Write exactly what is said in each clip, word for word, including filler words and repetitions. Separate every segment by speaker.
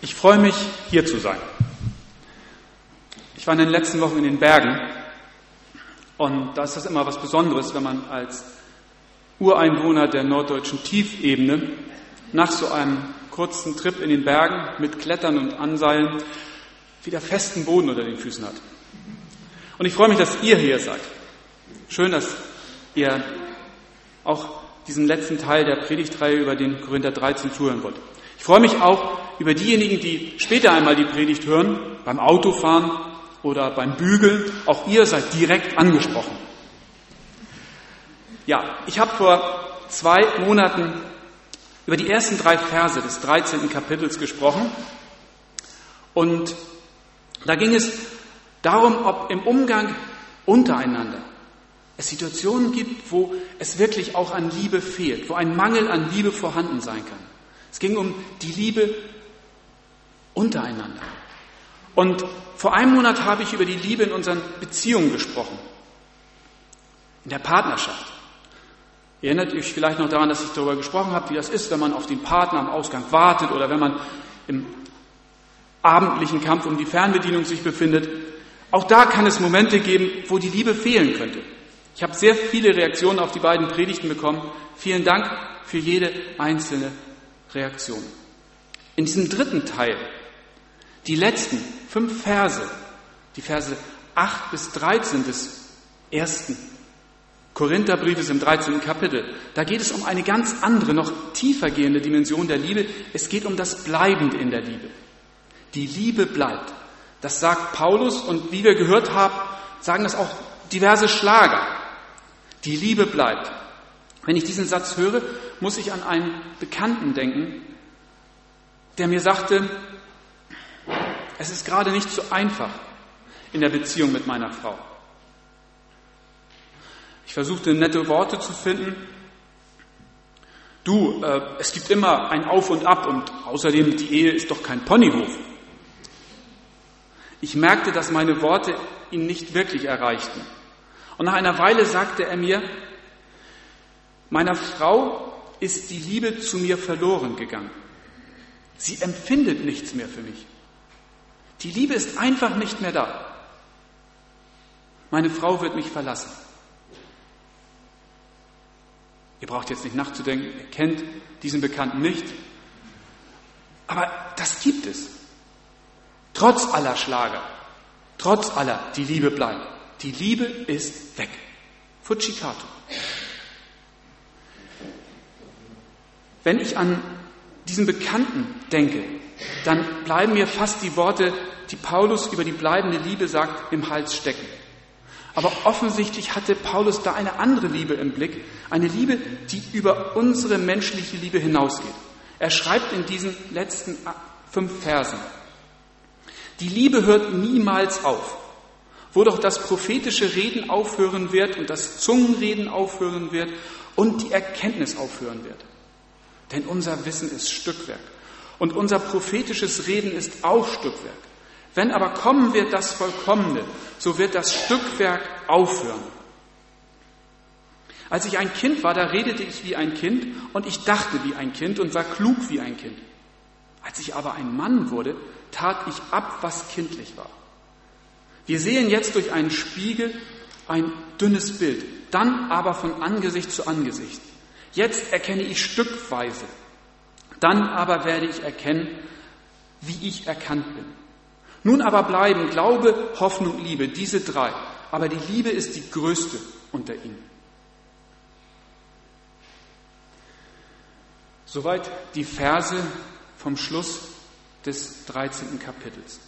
Speaker 1: Ich freue mich, hier zu sein. Ich war in den letzten Wochen in den Bergen und da ist das immer was Besonderes, wenn man als Ureinwohner der norddeutschen Tiefebene nach so einem kurzen Trip in den Bergen mit Klettern und Anseilen wieder festen Boden unter den Füßen hat. Und ich freue mich, dass ihr hier seid. Schön, dass ihr auch diesen letzten Teil der Predigtreihe über den Korinther dreizehn zuhören wollt. Ich freue mich auch über diejenigen, die später einmal die Predigt hören, beim Autofahren oder beim Bügeln. Auch ihr seid direkt angesprochen. Ja, ich habe vor zwei Monaten über die ersten drei Verse des dreizehnten Kapitels gesprochen. Und da ging es darum, ob im Umgang untereinander es Situationen gibt, wo es wirklich auch an Liebe fehlt, wo ein Mangel an Liebe vorhanden sein kann. Es ging um die Liebe untereinander. Und vor einem Monat habe ich über die Liebe in unseren Beziehungen gesprochen, in der Partnerschaft. Ihr erinnert euch vielleicht noch daran, dass ich darüber gesprochen habe, wie das ist, wenn man auf den Partner am Ausgang wartet oder wenn man im abendlichen Kampf um die Fernbedienung sich befindet. Auch da kann es Momente geben, wo die Liebe fehlen könnte. Ich habe sehr viele Reaktionen auf die beiden Predigten bekommen. Vielen Dank für jede einzelne Reaktion. In diesem dritten Teil, die letzten fünf Verse, die Verse acht bis dreizehn des ersten Korintherbriefes im dreizehnten Kapitel, da geht es um eine ganz andere, noch tiefer gehende Dimension der Liebe. Es geht um das Bleibende in der Liebe. Die Liebe bleibt. Das sagt Paulus und wie wir gehört haben, sagen das auch diverse Schlager. Die Liebe bleibt. Wenn ich diesen Satz höre, muss ich an einen Bekannten denken, der mir sagte, es ist gerade nicht so einfach in der Beziehung mit meiner Frau. Ich versuchte nette Worte zu finden. Du, äh, es gibt immer ein Auf und Ab und außerdem die Ehe ist doch kein Ponyhof. Ich merkte, dass meine Worte ihn nicht wirklich erreichten. Und nach einer Weile sagte er mir, meiner Frau ist die Liebe zu mir verloren gegangen. Sie empfindet nichts mehr für mich. Die Liebe ist einfach nicht mehr da. Meine Frau wird mich verlassen. Ihr braucht jetzt nicht nachzudenken, ihr kennt diesen Bekannten nicht. Aber das gibt es. Trotz aller Schlager, trotz aller, die Liebe bleibt. Die Liebe ist weg. Fucikato. Wenn ich an diesen Bekannten denke, dann bleiben mir fast die Worte, die Paulus über die bleibende Liebe sagt, im Hals stecken. Aber offensichtlich hatte Paulus da eine andere Liebe im Blick, eine Liebe, die über unsere menschliche Liebe hinausgeht. Er schreibt in diesen letzten fünf Versen, die Liebe hört niemals auf. Wo doch das prophetische Reden aufhören wird und das Zungenreden aufhören wird und die Erkenntnis aufhören wird. Denn unser Wissen ist Stückwerk und unser prophetisches Reden ist auch Stückwerk. Wenn aber kommen wird das Vollkommene, so wird das Stückwerk aufhören. Als ich ein Kind war, da redete ich wie ein Kind und ich dachte wie ein Kind und war klug wie ein Kind. Als ich aber ein Mann wurde, tat ich ab, was kindlich war. Wir sehen jetzt durch einen Spiegel ein dünnes Bild, dann aber von Angesicht zu Angesicht. Jetzt erkenne ich stückweise, dann aber werde ich erkennen, wie ich erkannt bin. Nun aber bleiben Glaube, Hoffnung, Liebe, diese drei, aber die Liebe ist die größte unter ihnen. Soweit die Verse vom Schluss des dreizehnten Kapitels.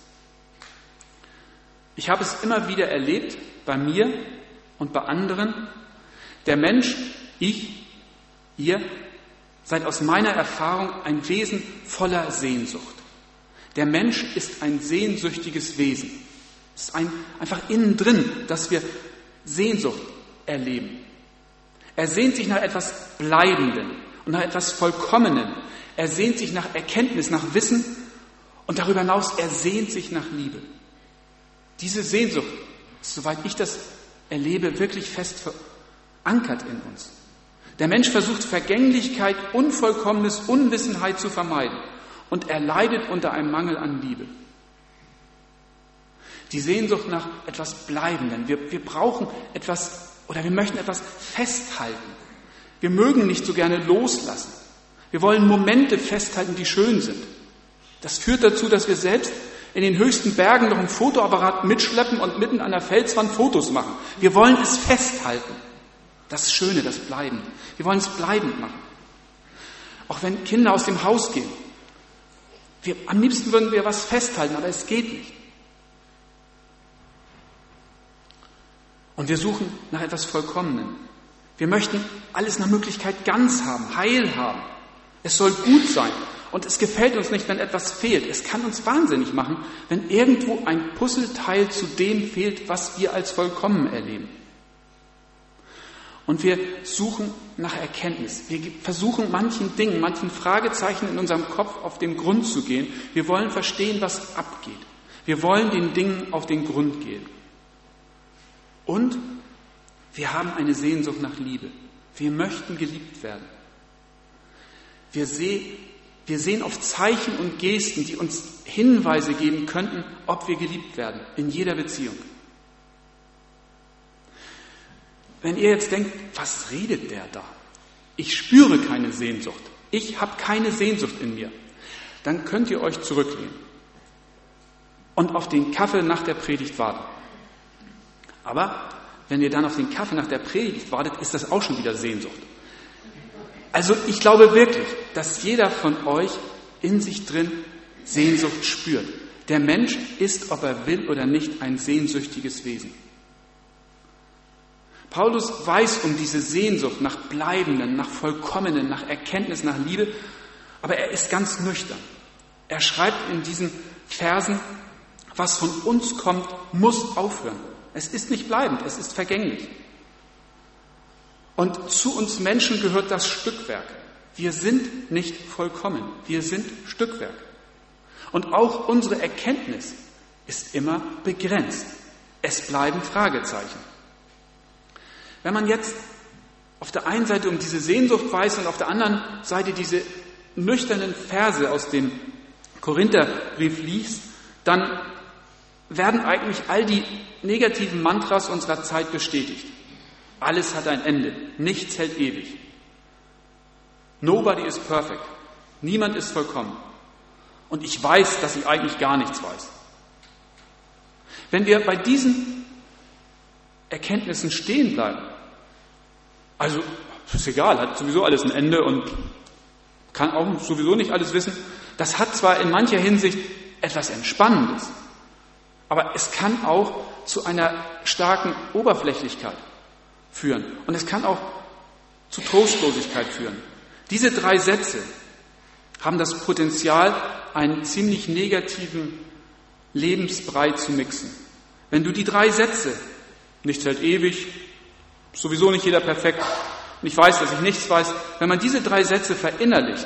Speaker 1: Ich habe es immer wieder erlebt, bei mir und bei anderen. Der Mensch, ich, ihr, seid aus meiner Erfahrung ein Wesen voller Sehnsucht. Der Mensch ist ein sehnsüchtiges Wesen. Es ist ein, einfach innen drin, dass wir Sehnsucht erleben. Er sehnt sich nach etwas Bleibendem und nach etwas Vollkommenen. Er sehnt sich nach Erkenntnis, nach Wissen und darüber hinaus, er sehnt sich nach Liebe. Diese Sehnsucht ist, soweit ich das erlebe, wirklich fest verankert in uns. Der Mensch versucht Vergänglichkeit, Unvollkommenes, Unwissenheit zu vermeiden. und er leidet unter einem Mangel an Liebe. Die Sehnsucht nach etwas Bleibendem. Wir, wir brauchen etwas oder wir möchten etwas festhalten. Wir mögen nicht so gerne loslassen. Wir wollen Momente festhalten, die schön sind. Das führt dazu, dass wir selbst in den höchsten Bergen noch einen Fotoapparat mitschleppen und mitten an der Felswand Fotos machen. Wir wollen es festhalten. Das Schöne, das Bleibende. Wir wollen es bleibend machen. Auch wenn Kinder aus dem Haus gehen. Wir, am liebsten würden wir was festhalten, aber es geht nicht. Und wir suchen nach etwas Vollkommenem. Wir möchten alles nach Möglichkeit ganz haben, heil haben. Es soll gut sein. Und es gefällt uns nicht, wenn etwas fehlt. Es kann uns wahnsinnig machen, wenn irgendwo ein Puzzleteil zu dem fehlt, was wir als vollkommen erleben. Und wir suchen nach Erkenntnis. Wir versuchen manchen Dingen, manchen Fragezeichen in unserem Kopf auf den Grund zu gehen. Wir wollen verstehen, was abgeht. Wir wollen den Dingen auf den Grund gehen. Und wir haben eine Sehnsucht nach Liebe. Wir möchten geliebt werden. Wir sehen, wir sehen auf Zeichen und Gesten, die uns Hinweise geben könnten, ob wir geliebt werden, in jeder Beziehung. Wenn ihr jetzt denkt, was redet der da? Ich spüre keine Sehnsucht. Ich habe keine Sehnsucht in mir. Dann könnt ihr euch zurücklehnen und auf den Kaffee nach der Predigt warten. Aber wenn ihr dann auf den Kaffee nach der Predigt wartet, ist das auch schon wieder Sehnsucht. Also ich glaube wirklich, dass jeder von euch in sich drin Sehnsucht spürt. Der Mensch ist, ob er will oder nicht, ein sehnsüchtiges Wesen. Paulus weiß um diese Sehnsucht nach Bleibenden, nach Vollkommenen, nach Erkenntnis, nach Liebe, aber er ist ganz nüchtern. Er schreibt in diesen Versen, was von uns kommt, muss aufhören. Es ist nicht bleibend, es ist vergänglich. Und zu uns Menschen gehört das Stückwerk. Wir sind nicht vollkommen, wir sind Stückwerk. Und auch unsere Erkenntnis ist immer begrenzt. Es bleiben Fragezeichen. Wenn man jetzt auf der einen Seite um diese Sehnsucht weiß und auf der anderen Seite diese nüchternen Verse aus dem Korintherbrief liest, dann werden eigentlich all die negativen Mantras unserer Zeit bestätigt. Alles hat ein Ende, nichts hält ewig. Nobody is perfect, niemand ist vollkommen. Und ich weiß, dass ich eigentlich gar nichts weiß. Wenn wir bei diesen Erkenntnissen stehen bleiben, also ist egal, hat sowieso alles ein Ende und kann auch sowieso nicht alles wissen, das hat zwar in mancher Hinsicht etwas Entspannendes, aber es kann auch zu einer starken Oberflächlichkeit führen. Und es kann auch zu Trostlosigkeit führen. Diese drei Sätze haben das Potenzial, einen ziemlich negativen Lebensbrei zu mixen. Wenn du die drei Sätze, nichts hält ewig, sowieso nicht jeder perfekt, und ich weiß, dass ich nichts weiß, wenn man diese drei Sätze verinnerlicht,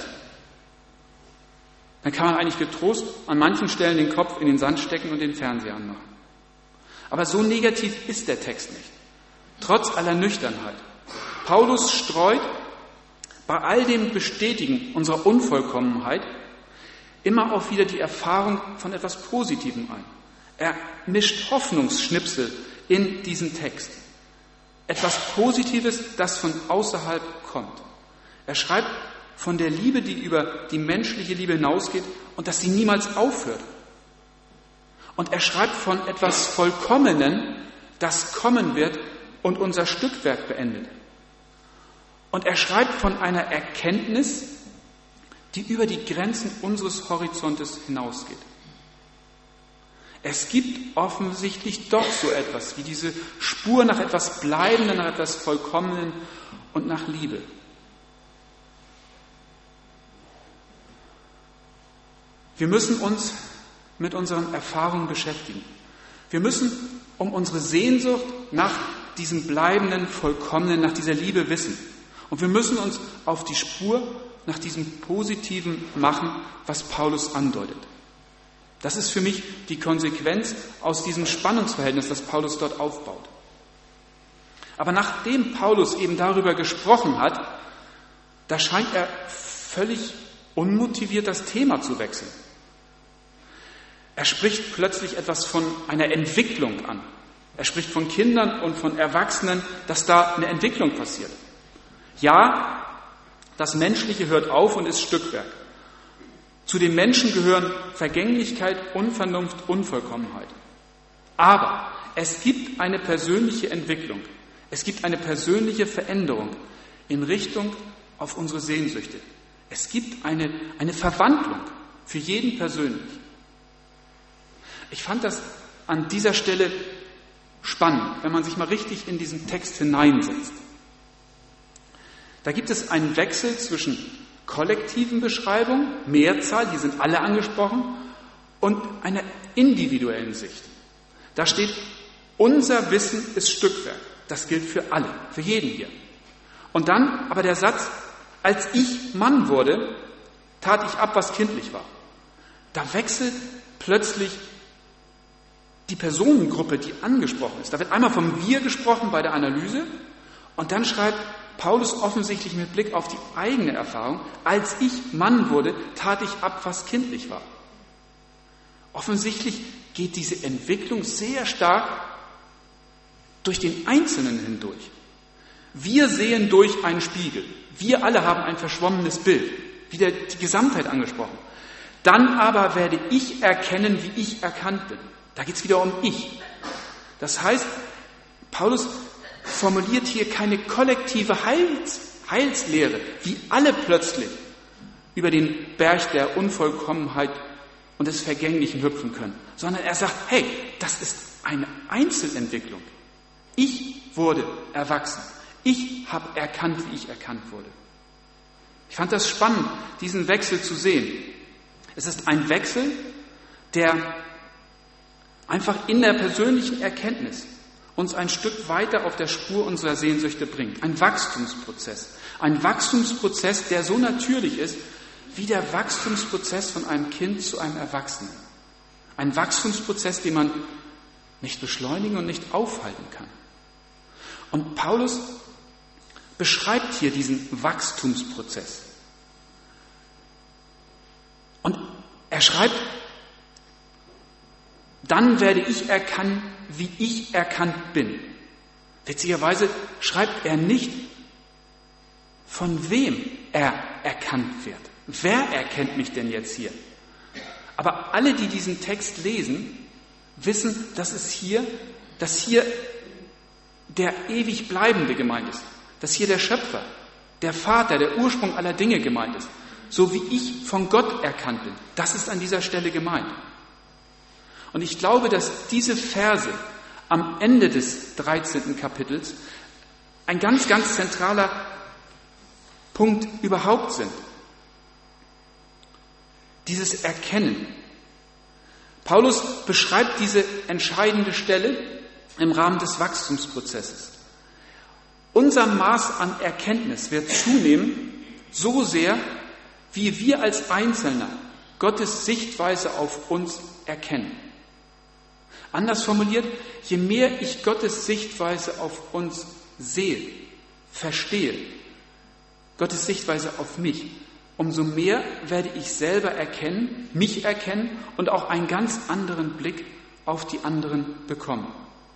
Speaker 1: dann kann man eigentlich getrost an manchen Stellen den Kopf in den Sand stecken und den Fernseher anmachen. Aber so negativ ist der Text nicht. Trotz aller Nüchternheit. Paulus streut bei all dem Bestätigen unserer Unvollkommenheit immer auch wieder die Erfahrung von etwas Positivem ein. Er mischt Hoffnungsschnipsel in diesen Text. Etwas Positives, das von außerhalb kommt. Er schreibt von der Liebe, die über die menschliche Liebe hinausgeht und dass sie niemals aufhört. Und er schreibt von etwas Vollkommenen, das kommen wird und unser Stückwerk beendet. Und er schreibt von einer Erkenntnis, die über die Grenzen unseres Horizontes hinausgeht. Es gibt offensichtlich doch so etwas wie diese Spur nach etwas Bleibenden, nach etwas Vollkommenen und nach Liebe. Wir müssen uns mit unseren Erfahrungen beschäftigen. Wir müssen um unsere Sehnsucht nach diesem Bleibenden, Vollkommenen, nach dieser Liebe wissen. Und wir müssen uns auf die Spur nach diesem Positiven machen, was Paulus andeutet. Das ist für mich die Konsequenz aus diesem Spannungsverhältnis, das Paulus dort aufbaut. Aber nachdem Paulus eben darüber gesprochen hat, da scheint er völlig unmotiviert das Thema zu wechseln. Er spricht plötzlich etwas von einer Entwicklung an. Er spricht von Kindern und von Erwachsenen, dass da eine Entwicklung passiert. Ja, das Menschliche hört auf und ist Stückwerk. Zu den Menschen gehören Vergänglichkeit, Unvernunft, Unvollkommenheit. Aber es gibt eine persönliche Entwicklung. Es gibt eine persönliche Veränderung in Richtung auf unsere Sehnsüchte. Es gibt eine, eine Verwandlung für jeden persönlich. Ich fand das an dieser Stelle spannend, wenn man sich mal richtig in diesen Text hineinsetzt. Da gibt es einen Wechsel zwischen kollektiven Beschreibungen, Mehrzahl, die sind alle angesprochen, und einer individuellen Sicht. Da steht, unser Wissen ist Stückwerk. Das gilt für alle, für jeden hier. Und dann aber der Satz, als ich Mann wurde, tat ich ab, was kindlich war. Da wechselt plötzlich die Personengruppe, die angesprochen ist. Da wird einmal vom Wir gesprochen bei der Analyse und dann schreibt Paulus offensichtlich mit Blick auf die eigene Erfahrung, als ich Mann wurde, tat ich ab, was kindlich war. Offensichtlich geht diese Entwicklung sehr stark durch den Einzelnen hindurch. Wir sehen durch einen Spiegel. Wir alle haben ein verschwommenes Bild. Wieder die Gesamtheit angesprochen. Dann aber werde ich erkennen, wie ich erkannt bin. Da geht es wieder um Ich. Das heißt, Paulus formuliert hier keine kollektive Heils, Heilslehre, wie alle plötzlich über den Berg der Unvollkommenheit und des Vergänglichen hüpfen können, sondern er sagt, hey, das ist eine Einzelentwicklung. Ich wurde erwachsen. Ich habe erkannt, wie ich erkannt wurde. Ich fand das spannend, diesen Wechsel zu sehen. Es ist ein Wechsel, der einfach in der persönlichen Erkenntnis uns ein Stück weiter auf der Spur unserer Sehnsüchte bringt. Ein Wachstumsprozess. Ein Wachstumsprozess, der so natürlich ist, wie der Wachstumsprozess von einem Kind zu einem Erwachsenen. Ein Wachstumsprozess, den man nicht beschleunigen und nicht aufhalten kann. Und Paulus beschreibt hier diesen Wachstumsprozess. Und er schreibt, dann werde ich erkennen, wie ich erkannt bin. Witzigerweise schreibt er nicht, von wem er erkannt wird. Wer erkennt mich denn jetzt hier? Aber alle, die diesen Text lesen, wissen, dass es hier, dass hier der ewig Bleibende gemeint ist. Dass hier der Schöpfer, der Vater, der Ursprung aller Dinge gemeint ist. So wie ich von Gott erkannt bin. Das ist an dieser Stelle gemeint. Und ich glaube, dass diese Verse am Ende des dreizehnten Kapitels ein ganz, ganz zentraler Punkt überhaupt sind. Dieses Erkennen. Paulus beschreibt diese entscheidende Stelle im Rahmen des Wachstumsprozesses. Unser Maß an Erkenntnis wird zunehmen, so sehr, wie wir als Einzelner Gottes Sichtweise auf uns erkennen. Anders formuliert, je mehr ich Gottes Sichtweise auf uns sehe, verstehe, Gottes Sichtweise auf mich, umso mehr werde ich selber erkennen, mich erkennen und auch einen ganz anderen Blick auf die anderen bekommen.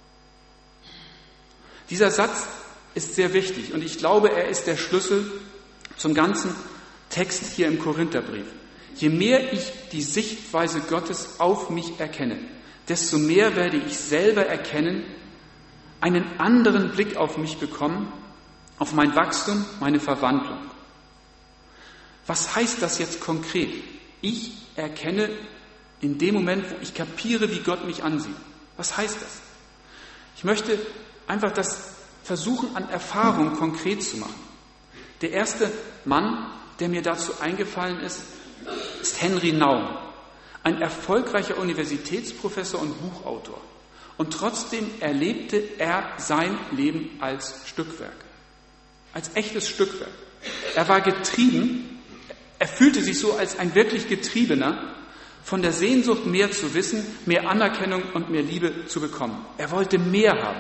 Speaker 1: Dieser Satz ist sehr wichtig und ich glaube, er ist der Schlüssel zum ganzen Text hier im Korintherbrief. Je mehr ich die Sichtweise Gottes auf mich erkenne, desto mehr werde ich selber erkennen, einen anderen Blick auf mich bekommen, auf mein Wachstum, meine Verwandlung. Was heißt das jetzt konkret? Ich erkenne in dem Moment, wo ich kapiere, wie Gott mich ansieht. Was heißt das? Ich möchte einfach das versuchen, an Erfahrung konkret zu machen. Der erste Mann, der mir dazu eingefallen ist, ist Henry Naum. Ein erfolgreicher Universitätsprofessor und Buchautor. Und trotzdem erlebte er sein Leben als Stückwerk. Als echtes Stückwerk. Er war getrieben, er fühlte sich so als ein wirklich Getriebener von der Sehnsucht, mehr zu wissen, mehr Anerkennung und mehr Liebe zu bekommen. Er wollte mehr haben.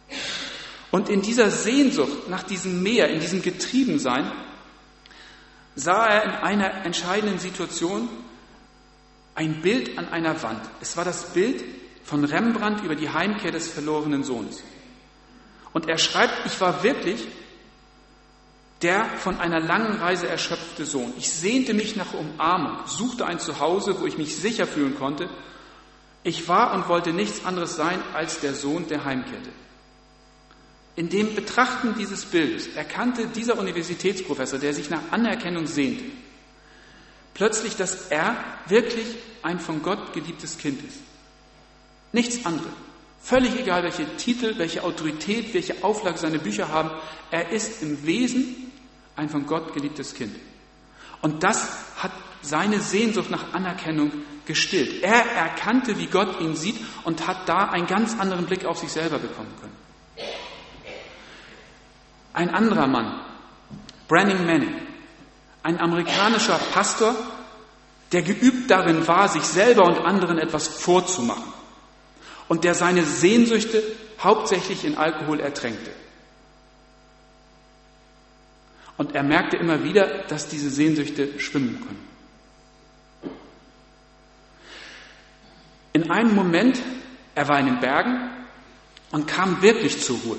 Speaker 1: Und in dieser Sehnsucht nach diesem Mehr, in diesem Getriebensein, sah er in einer entscheidenden Situation ein Bild an einer Wand. Es war das Bild von Rembrandt über die Heimkehr des verlorenen Sohnes. Und er schreibt, ich war wirklich der von einer langen Reise erschöpfte Sohn. Ich sehnte mich nach Umarmung, suchte ein Zuhause, wo ich mich sicher fühlen konnte. Ich war und wollte nichts anderes sein als der Sohn, der heimkehrte. In dem Betrachten dieses Bildes erkannte dieser Universitätsprofessor, der sich nach Anerkennung sehnte, plötzlich, dass er wirklich ein von Gott geliebtes Kind ist. Nichts anderes. Völlig egal, welche Titel, welche Autorität, welche Auflage seine Bücher haben, er ist im Wesen ein von Gott geliebtes Kind. Und das hat seine Sehnsucht nach Anerkennung gestillt. Er erkannte, wie Gott ihn sieht und hat da einen ganz anderen Blick auf sich selber bekommen können. Ein anderer Mann, Branning Manning, ein amerikanischer Pastor, der geübt darin war, sich selber und anderen etwas vorzumachen und der seine Sehnsüchte hauptsächlich in Alkohol ertränkte. Und er merkte immer wieder, dass diese Sehnsüchte schwimmen können. In einem Moment, er war in den Bergen und kam wirklich zur Ruhe.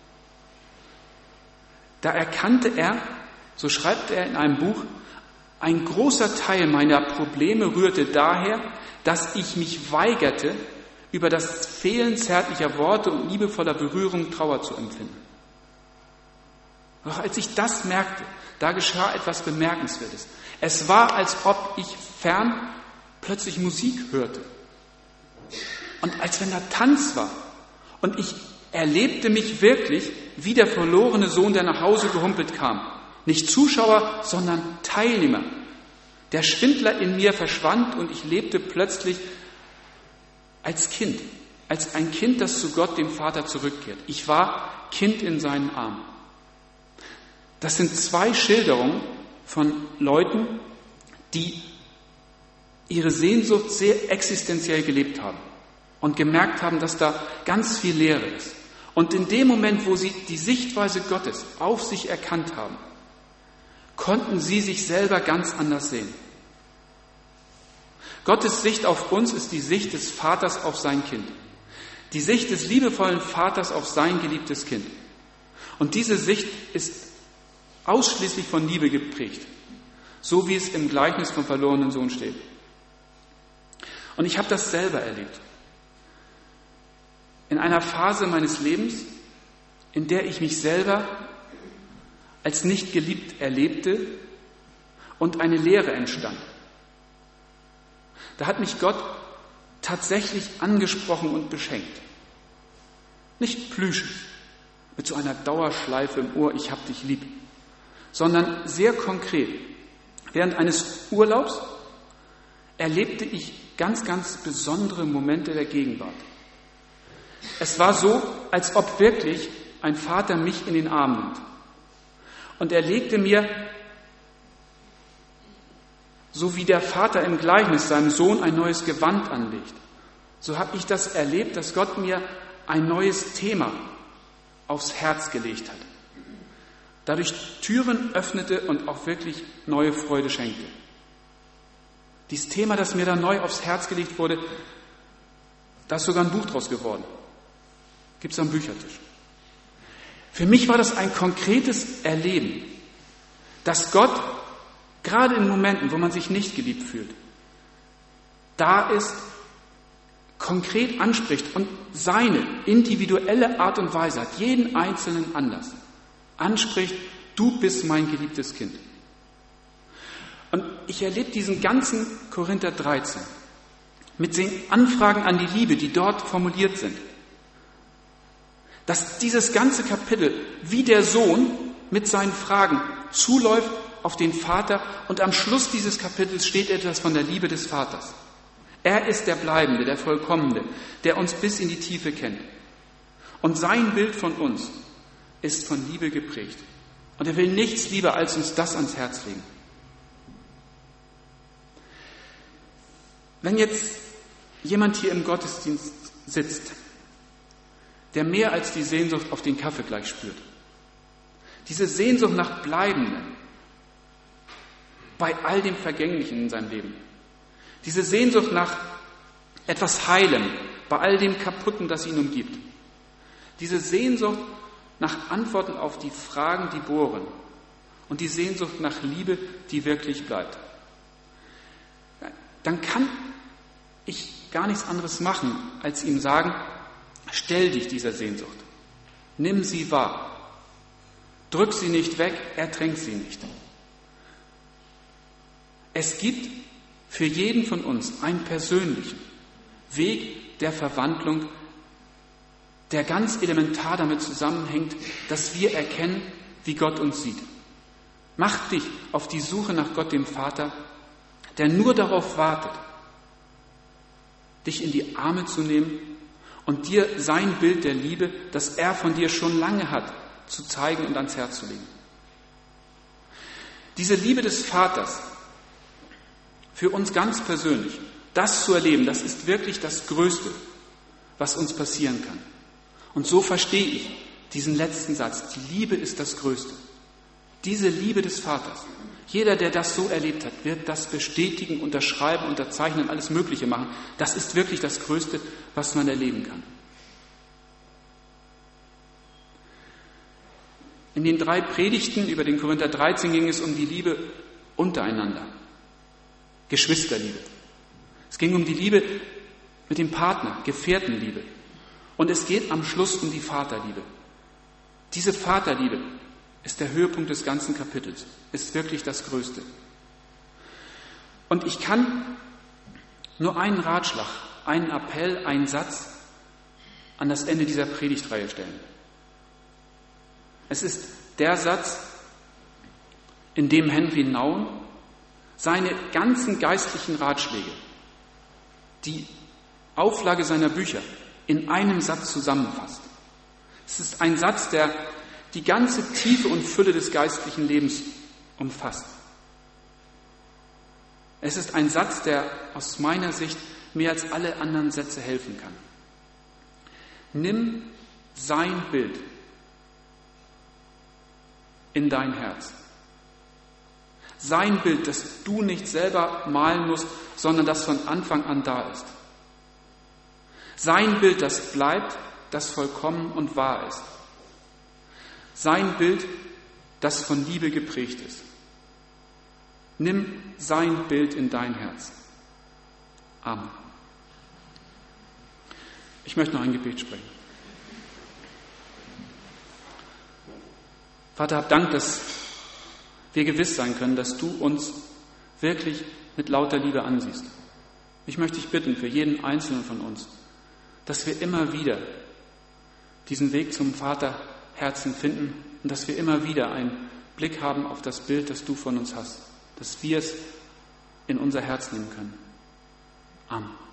Speaker 1: Da erkannte er, so schreibt er in einem Buch, ein großer Teil meiner Probleme rührte daher, dass ich mich weigerte, über das Fehlen zärtlicher Worte und liebevoller Berührung Trauer zu empfinden. Doch als ich das merkte, da geschah etwas Bemerkenswertes. Es war, als ob ich fern plötzlich Musik hörte. Und als wenn da Tanz war. Und ich erlebte mich wirklich wie der verlorene Sohn, der nach Hause gehumpelt kam. Nicht Zuschauer, sondern Teilnehmer. Der Schwindler in mir verschwand und ich lebte plötzlich als Kind. Als ein Kind, das zu Gott, dem Vater, zurückkehrt. Ich war Kind in seinen Armen. Das sind zwei Schilderungen von Leuten, die ihre Sehnsucht sehr existenziell gelebt haben und gemerkt haben, dass da ganz viel Leere ist. Und in dem Moment, wo sie die Sichtweise Gottes auf sich erkannt haben, konnten sie sich selber ganz anders sehen. Gottes Sicht auf uns ist die Sicht des Vaters auf sein Kind. Die Sicht des liebevollen Vaters auf sein geliebtes Kind. Und diese Sicht ist ausschließlich von Liebe geprägt, so wie es im Gleichnis vom verlorenen Sohn steht. Und ich habe das selber erlebt. In einer Phase meines Lebens, in der ich mich selber als nicht geliebt erlebte und eine Leere entstand. Da hat mich Gott tatsächlich angesprochen und beschenkt. Nicht plüschig, mit so einer Dauerschleife im Ohr, ich hab dich lieb, sondern sehr konkret. Während eines Urlaubs erlebte ich ganz, ganz besondere Momente der Gegenwart. Es war so, als ob wirklich ein Vater mich in den Arm nimmt. Und er legte mir, so wie der Vater im Gleichnis seinem Sohn ein neues Gewand anlegt, so habe ich das erlebt, dass Gott mir ein neues Thema aufs Herz gelegt hat. Dadurch Türen öffnete und auch wirklich neue Freude schenkte. Dieses Thema, das mir dann neu aufs Herz gelegt wurde, da ist sogar ein Buch draus geworden. Gibt es am Büchertisch. Für mich war das ein konkretes Erleben, dass Gott gerade in Momenten, wo man sich nicht geliebt fühlt, da ist, konkret anspricht und seine individuelle Art und Weise hat, jeden Einzelnen anders, anspricht, du bist mein geliebtes Kind. Und ich erlebe diesen ganzen Korinther dreizehn mit den Anfragen an die Liebe, die dort formuliert sind, dass dieses ganze Kapitel wie der Sohn mit seinen Fragen zuläuft auf den Vater und am Schluss dieses Kapitels steht etwas von der Liebe des Vaters. Er ist der Bleibende, der Vollkommene, der uns bis in die Tiefe kennt. Und sein Bild von uns ist von Liebe geprägt. Und er will nichts lieber, als uns das ans Herz legen. Wenn jetzt jemand hier im Gottesdienst sitzt, der mehr als die Sehnsucht auf den Kaffee gleich spürt, diese Sehnsucht nach Bleibenden, bei all dem Vergänglichen in seinem Leben. Diese Sehnsucht nach etwas Heilem, bei all dem Kaputten, das ihn umgibt. Diese Sehnsucht nach Antworten auf die Fragen, die bohren. Und die Sehnsucht nach Liebe, die wirklich bleibt. Dann kann ich gar nichts anderes machen, als ihm sagen, stell dich dieser Sehnsucht. Nimm sie wahr. Drück sie nicht weg, ertränk sie nicht. Es gibt für jeden von uns einen persönlichen Weg der Verwandlung, der ganz elementar damit zusammenhängt, dass wir erkennen, wie Gott uns sieht. Mach dich auf die Suche nach Gott, dem Vater, der nur darauf wartet, dich in die Arme zu nehmen und dir sein Bild der Liebe, das er von dir schon lange hat, zu zeigen und ans Herz zu legen. Diese Liebe des Vaters für uns ganz persönlich, das zu erleben, das ist wirklich das Größte, was uns passieren kann. Und so verstehe ich diesen letzten Satz. Die Liebe ist das Größte. Diese Liebe des Vaters. Jeder, der das so erlebt hat, wird das bestätigen, unterschreiben, unterzeichnen, alles Mögliche machen. Das ist wirklich das Größte, was man erleben kann. In den drei Predigten über den Korinther dreizehn ging es um die Liebe untereinander. Geschwisterliebe. Es ging um die Liebe mit dem Partner, Gefährtenliebe. Und es geht am Schluss um die Vaterliebe. Diese Vaterliebe ist der Höhepunkt des ganzen Kapitels, ist wirklich das Größte. Und ich kann nur einen Ratschlag, einen Appell, einen Satz an das Ende dieser Predigtreihe stellen. Es ist der Satz, in dem Henry Nouwen seine ganzen geistlichen Ratschläge, die Auflage seiner Bücher, in einem Satz zusammenfasst. Es ist ein Satz, der die ganze Tiefe und Fülle des geistlichen Lebens umfasst. Es ist ein Satz, der aus meiner Sicht mehr als alle anderen Sätze helfen kann. Nimm sein Bild in dein Herz. Sein Bild, das du nicht selber malen musst, sondern das von Anfang an da ist. Sein Bild, das bleibt, das vollkommen und wahr ist. Sein Bild, das von Liebe geprägt ist. Nimm sein Bild in dein Herz. Amen. Ich möchte noch ein Gebet sprechen. Vater, hab Dank, dass wir gewiss sein können, dass du uns wirklich mit lauter Liebe ansiehst. Ich möchte dich bitten für jeden Einzelnen von uns, dass wir immer wieder diesen Weg zum Vaterherzen finden und dass wir immer wieder einen Blick haben auf das Bild, das du von uns hast, dass wir es in unser Herz nehmen können. Amen.